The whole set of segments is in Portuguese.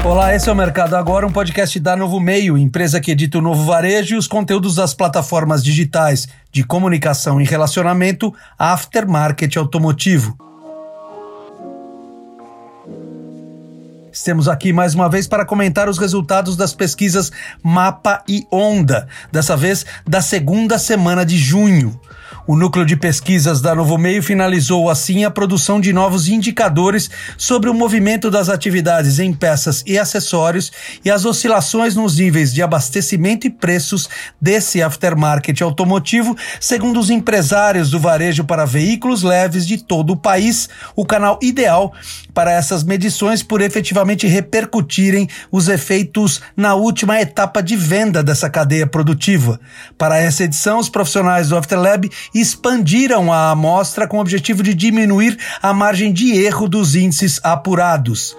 Olá, esse é o Mercado Agora, um podcast da Novo Meio, empresa que edita o novo varejo e os conteúdos das plataformas digitais de comunicação e relacionamento aftermarket automotivo. Estamos aqui mais uma vez para comentar os resultados das pesquisas Mapa e Onda, dessa vez da segunda semana de junho. O núcleo de pesquisas da Novo Meio finalizou assim a produção de novos indicadores sobre o movimento das atividades em peças e acessórios e as oscilações nos níveis de abastecimento e preços desse aftermarket automotivo, segundo os empresários do varejo para veículos leves de todo o país, o canal ideal para essas medições por efetivamente repercutirem os efeitos na última etapa de venda dessa cadeia produtiva. Para essa edição, os profissionais do Afterlab expandiram a amostra com o objetivo de diminuir a margem de erro dos índices apurados.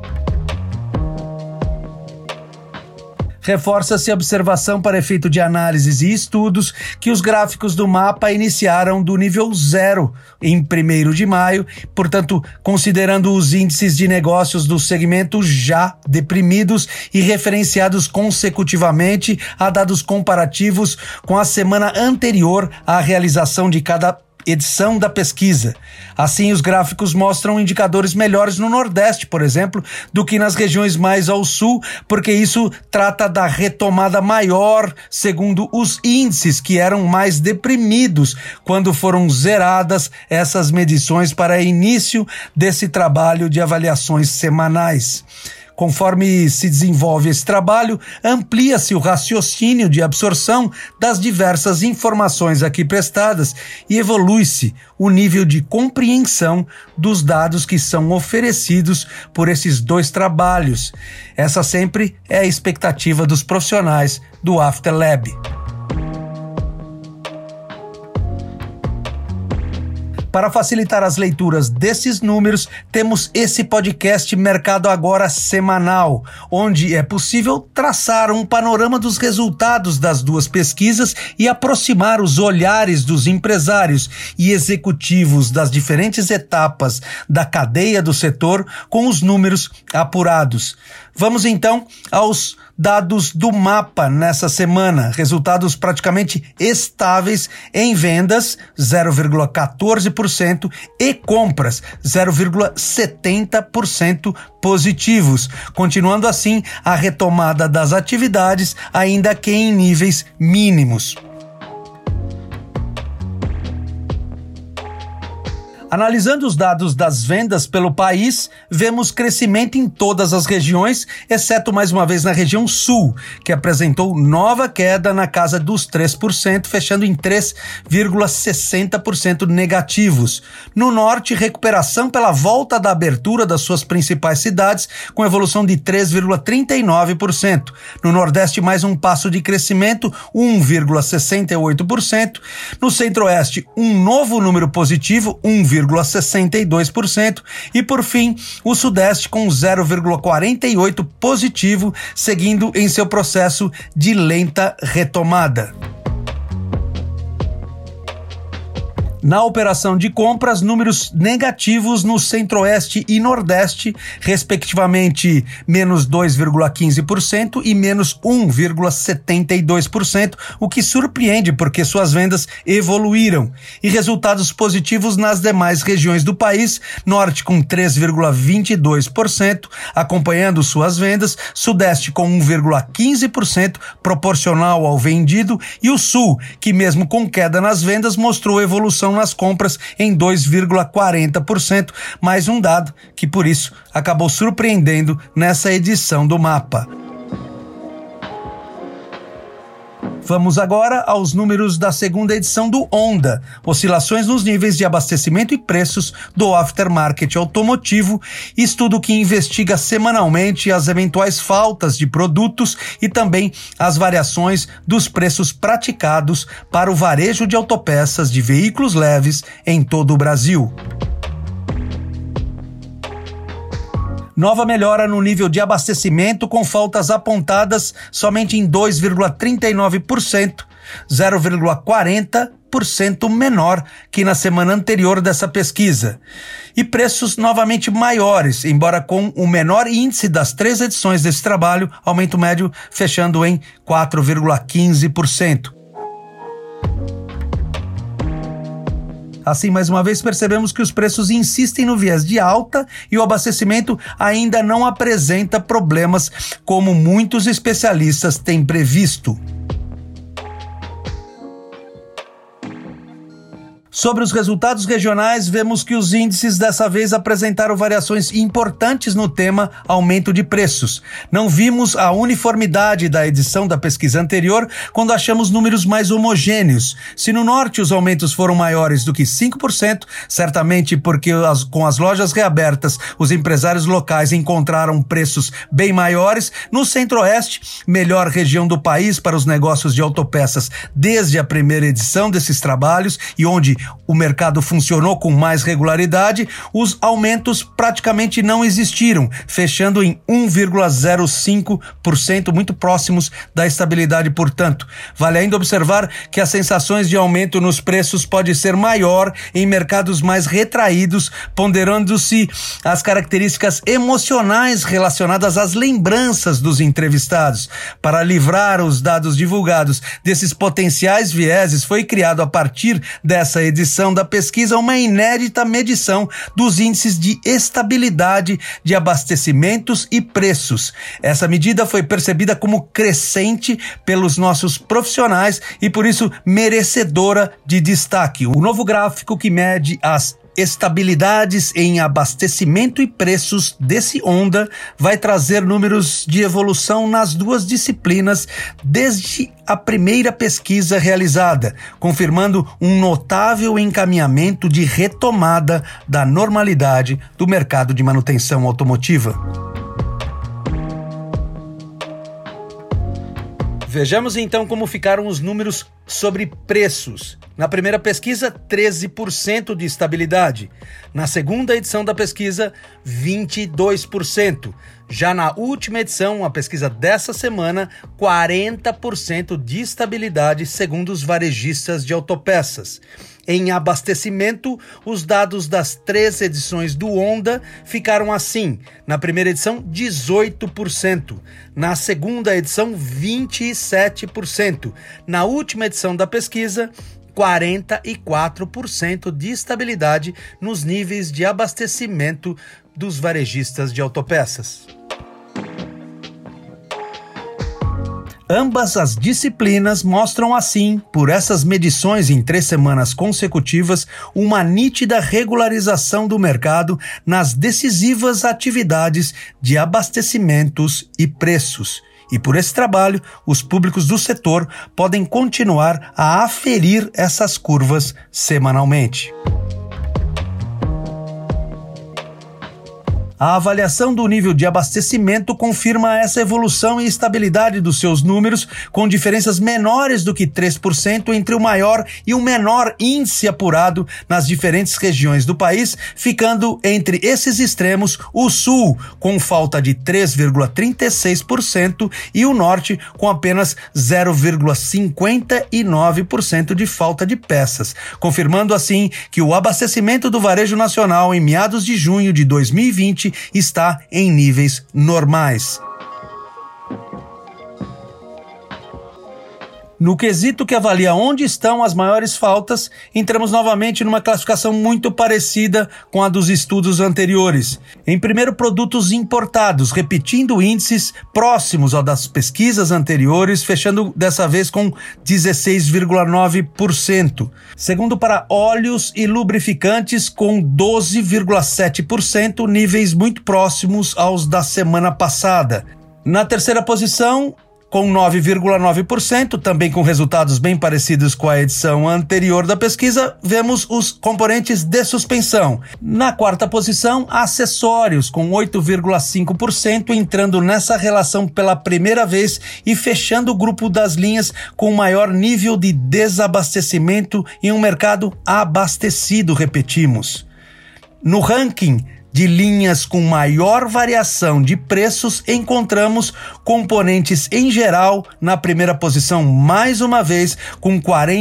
Reforça-se a observação para efeito de análises e estudos que os gráficos do mapa iniciaram do nível 0 em 1º de maio, portanto, considerando os índices de negócios do segmento já deprimidos e referenciados consecutivamente a dados comparativos com a semana anterior à realização de cada edição da pesquisa. Assim, os gráficos mostram indicadores melhores no Nordeste, por exemplo, do que nas regiões mais ao Sul, porque isso trata da retomada maior, segundo os índices que eram mais deprimidos quando foram zeradas essas medições para início desse trabalho de avaliações semanais. Conforme se desenvolve esse trabalho, amplia-se o raciocínio de absorção das diversas informações aqui prestadas e evolui-se o nível de compreensão dos dados que são oferecidos por esses dois trabalhos. Essa sempre é a expectativa dos profissionais do Afterlab. Para facilitar as leituras desses números, temos esse podcast Mercado Agora semanal, onde é possível traçar um panorama dos resultados das duas pesquisas e aproximar os olhares dos empresários e executivos das diferentes etapas da cadeia do setor com os números apurados. Vamos então aos dados do mapa nessa semana. Resultados praticamente estáveis em vendas, 0,14%, e compras, 0,70% positivos, continuando assim a retomada das atividades, ainda que em níveis mínimos. Analisando os dados das vendas pelo país, vemos crescimento em todas as regiões, exceto mais uma vez na região sul, que apresentou nova queda na casa dos 3%, fechando em 3,60% negativos. No norte, recuperação pela volta da abertura das suas principais cidades, com evolução de 3,39%. No nordeste, mais um passo de crescimento, 1,68%. No centro-oeste, um novo número positivo, 1,62%, e por fim o sudeste com 0,48% positivo, seguindo em seu processo de lenta retomada. Na operação de compras, números negativos no centro-oeste e nordeste, respectivamente menos 2,15% e menos 1,72%, o que surpreende porque suas vendas evoluíram. E resultados positivos nas demais regiões do país, norte com 3,22%, acompanhando suas vendas, sudeste com 1,15%, proporcional ao vendido, e o sul, que mesmo com queda nas vendas, mostrou evolução nas compras em 2,40%, mais um dado que por isso acabou surpreendendo nessa edição do mapa. Vamos agora aos números da segunda edição do Onda, oscilações nos níveis de abastecimento e preços do aftermarket automotivo, estudo que investiga semanalmente as eventuais faltas de produtos e também as variações dos preços praticados para o varejo de autopeças de veículos leves em todo o Brasil. Nova melhora no nível de abastecimento, com faltas apontadas somente em 2,39%, 0,40 10% menor que na semana anterior dessa pesquisa. E preços novamente maiores, embora com o menor índice das 3 edições desse trabalho, aumento médio fechando em 4,15%. Assim, mais uma vez, percebemos que os preços insistem no viés de alta e o abastecimento ainda não apresenta problemas como muitos especialistas têm previsto. Sobre os resultados regionais, vemos que os índices dessa vez apresentaram variações importantes no tema aumento de preços. Não vimos a uniformidade da edição da pesquisa anterior quando achamos números mais homogêneos. Se no norte os aumentos foram maiores do que 5%, certamente porque com as lojas reabertas, os empresários locais encontraram preços bem maiores. No centro-oeste, melhor região do país para os negócios de autopeças desde a primeira edição desses trabalhos e onde o mercado funcionou com mais regularidade, os aumentos praticamente não existiram, fechando em 1,05%, muito próximos da estabilidade, portanto. Vale ainda observar que as sensações de aumento nos preços pode ser maior em mercados mais retraídos, ponderando-se as características emocionais relacionadas às lembranças dos entrevistados. Para livrar os dados divulgados desses potenciais vieses, foi criado a partir dessa edição da pesquisa uma inédita medição dos índices de estabilidade de abastecimentos e preços. Essa medida foi percebida como crescente pelos nossos profissionais e por isso merecedora de destaque. O novo gráfico que mede as estabilidades em abastecimento e preços desse Onda vai trazer números de evolução nas duas disciplinas desde a primeira pesquisa realizada, confirmando um notável encaminhamento de retomada da normalidade do mercado de manutenção automotiva. Vejamos então como ficaram os números sobre preços. Na primeira pesquisa, 13% de estabilidade. Na segunda edição da pesquisa, 22%. Já na última edição, a pesquisa dessa semana, 40% de estabilidade, segundo os varejistas de autopeças. Em abastecimento, os dados das 3 edições do Onda ficaram assim. Na primeira edição, 18%. Na segunda edição, 27%. Na última edição da pesquisa, 44% de estabilidade nos níveis de abastecimento dos varejistas de autopeças. Ambas as disciplinas mostram assim, por essas medições em 3 semanas consecutivas, uma nítida regularização do mercado nas decisivas atividades de abastecimentos e preços. E por esse trabalho, os públicos do setor podem continuar a aferir essas curvas semanalmente. A avaliação do nível de abastecimento confirma essa evolução e estabilidade dos seus números, com diferenças menores do que 3% entre o maior e o menor índice apurado nas diferentes regiões do país, ficando entre esses extremos o Sul, com falta de 3,36% e o Norte, com apenas 0,59% de falta de peças, confirmando assim que o abastecimento do varejo nacional em meados de junho de 2020 está em níveis normais. No quesito que avalia onde estão as maiores faltas, entramos novamente numa classificação muito parecida com a dos estudos anteriores. Em primeiro, produtos importados, repetindo índices próximos ao das pesquisas anteriores, fechando dessa vez com 16,9%. Segundo, para óleos e lubrificantes, com 12,7%, níveis muito próximos aos da semana passada. Na terceira posição, com 9,9%, também com resultados bem parecidos com a edição anterior da pesquisa, vemos os componentes de suspensão. Na quarta posição, acessórios, com 8,5%, entrando nessa relação pela primeira vez e fechando o grupo das linhas com maior nível de desabastecimento em um mercado abastecido, repetimos. No ranking De linhas com maior variação de preços, encontramos componentes em geral na primeira posição mais uma vez com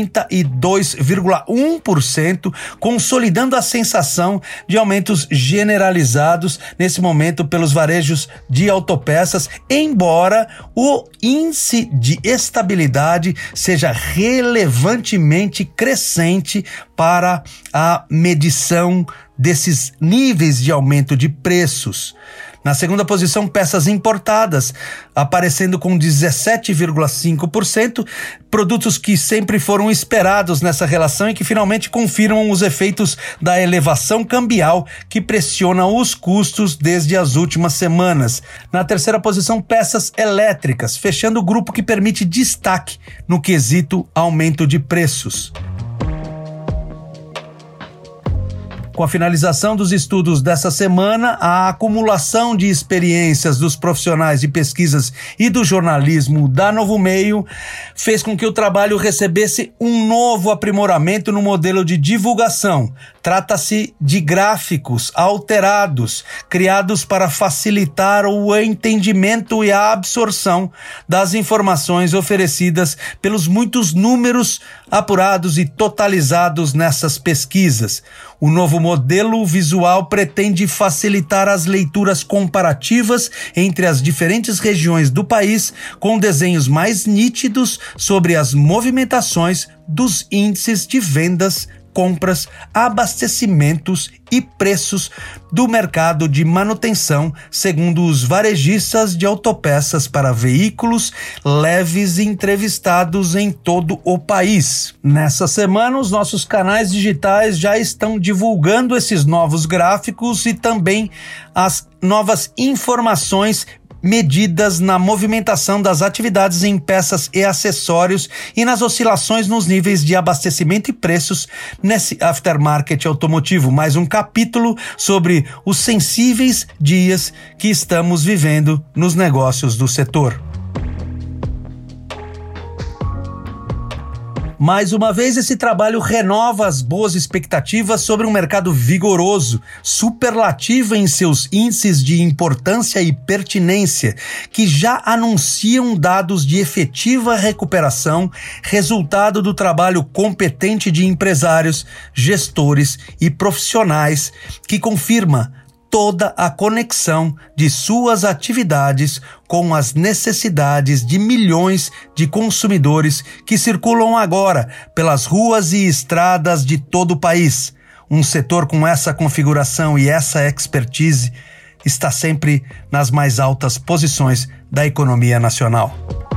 42,1%, consolidando a sensação de aumentos generalizados nesse momento pelos varejos de autopeças, embora o índice de estabilidade seja relevantemente crescente para a medição desses níveis de aumento de preços. Na segunda posição, peças importadas, aparecendo com 17,5%, produtos que sempre foram esperados nessa relação e que finalmente confirmam os efeitos da elevação cambial que pressiona os custos desde as últimas semanas. Na terceira posição, peças elétricas, fechando o grupo que permite destaque no quesito aumento de preços. Com a finalização dos estudos dessa semana, a acumulação de experiências dos profissionais de pesquisas e do jornalismo da Novo Meio fez com que o trabalho recebesse um novo aprimoramento no modelo de divulgação. Trata-se de gráficos alterados, criados para facilitar o entendimento e a absorção das informações oferecidas pelos muitos números apurados e totalizados nessas pesquisas. O novo modelo visual pretende facilitar as leituras comparativas entre as diferentes regiões do país, com desenhos mais nítidos sobre as movimentações dos índices de vendas, compras, abastecimentos e preços do mercado de manutenção, segundo os varejistas de autopeças para veículos leves entrevistados em todo o país. Nessa semana, os nossos canais digitais já estão divulgando esses novos gráficos e também as novas informações medidas na movimentação das atividades em peças e acessórios e nas oscilações nos níveis de abastecimento e preços nesse aftermarket automotivo. Mais um capítulo sobre os sensíveis dias que estamos vivendo nos negócios do setor. Mais uma vez, esse trabalho renova as boas expectativas sobre um mercado vigoroso, superlativo em seus índices de importância e pertinência, que já anunciam dados de efetiva recuperação, resultado do trabalho competente de empresários, gestores e profissionais, que confirma toda a conexão de suas atividades com as necessidades de milhões de consumidores que circulam agora pelas ruas e estradas de todo o país. Um setor com essa configuração e essa expertise está sempre nas mais altas posições da economia nacional.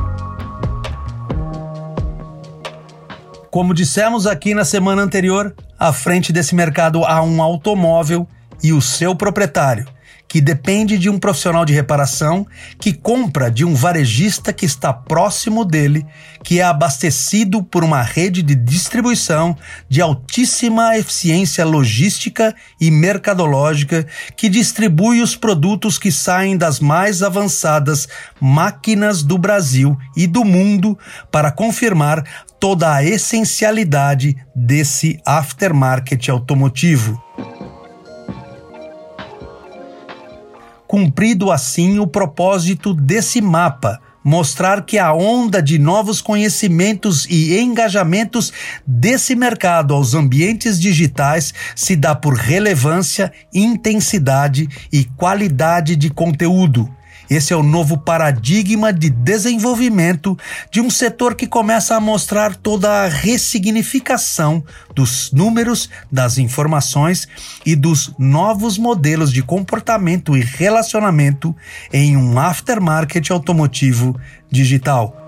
Como dissemos aqui na semana anterior, à frente desse mercado há um automóvel e o seu proprietário, que depende de um profissional de reparação, que compra de um varejista que está próximo dele, que é abastecido por uma rede de distribuição de altíssima eficiência logística e mercadológica, que distribui os produtos que saem das mais avançadas máquinas do Brasil e do mundo para confirmar toda a essencialidade desse aftermarket automotivo. Cumprido assim o propósito desse mapa, mostrar que a onda de novos conhecimentos e engajamentos desse mercado aos ambientes digitais se dá por relevância, intensidade e qualidade de conteúdo. Esse é o novo paradigma de desenvolvimento de um setor que começa a mostrar toda a ressignificação dos números, das informações e dos novos modelos de comportamento e relacionamento em um aftermarket automotivo digital.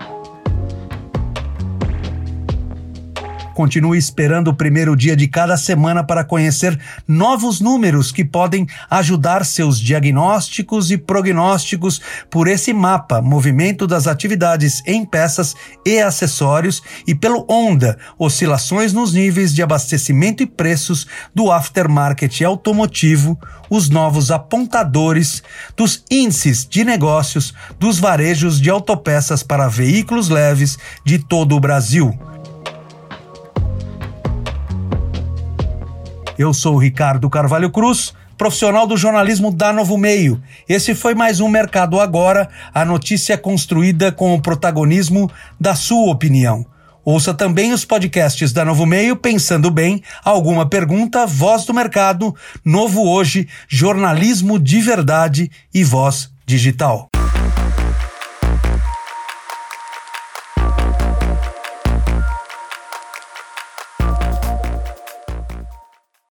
Continue esperando o primeiro dia de cada semana para conhecer novos números que podem ajudar seus diagnósticos e prognósticos por esse mapa, movimento das atividades em peças e acessórios, e pelo ONDA, oscilações nos níveis de abastecimento e preços do aftermarket automotivo, os novos apontadores dos índices de negócios dos varejos de autopeças para veículos leves de todo o Brasil. Eu sou o Ricardo Carvalho Cruz, profissional do jornalismo da Novo Meio. Esse foi mais um Mercado Agora, a notícia construída com o protagonismo da sua opinião. Ouça também os podcasts da Novo Meio, Pensando Bem, Alguma Pergunta, Voz do Mercado, Novo Hoje, Jornalismo de Verdade e Voz Digital.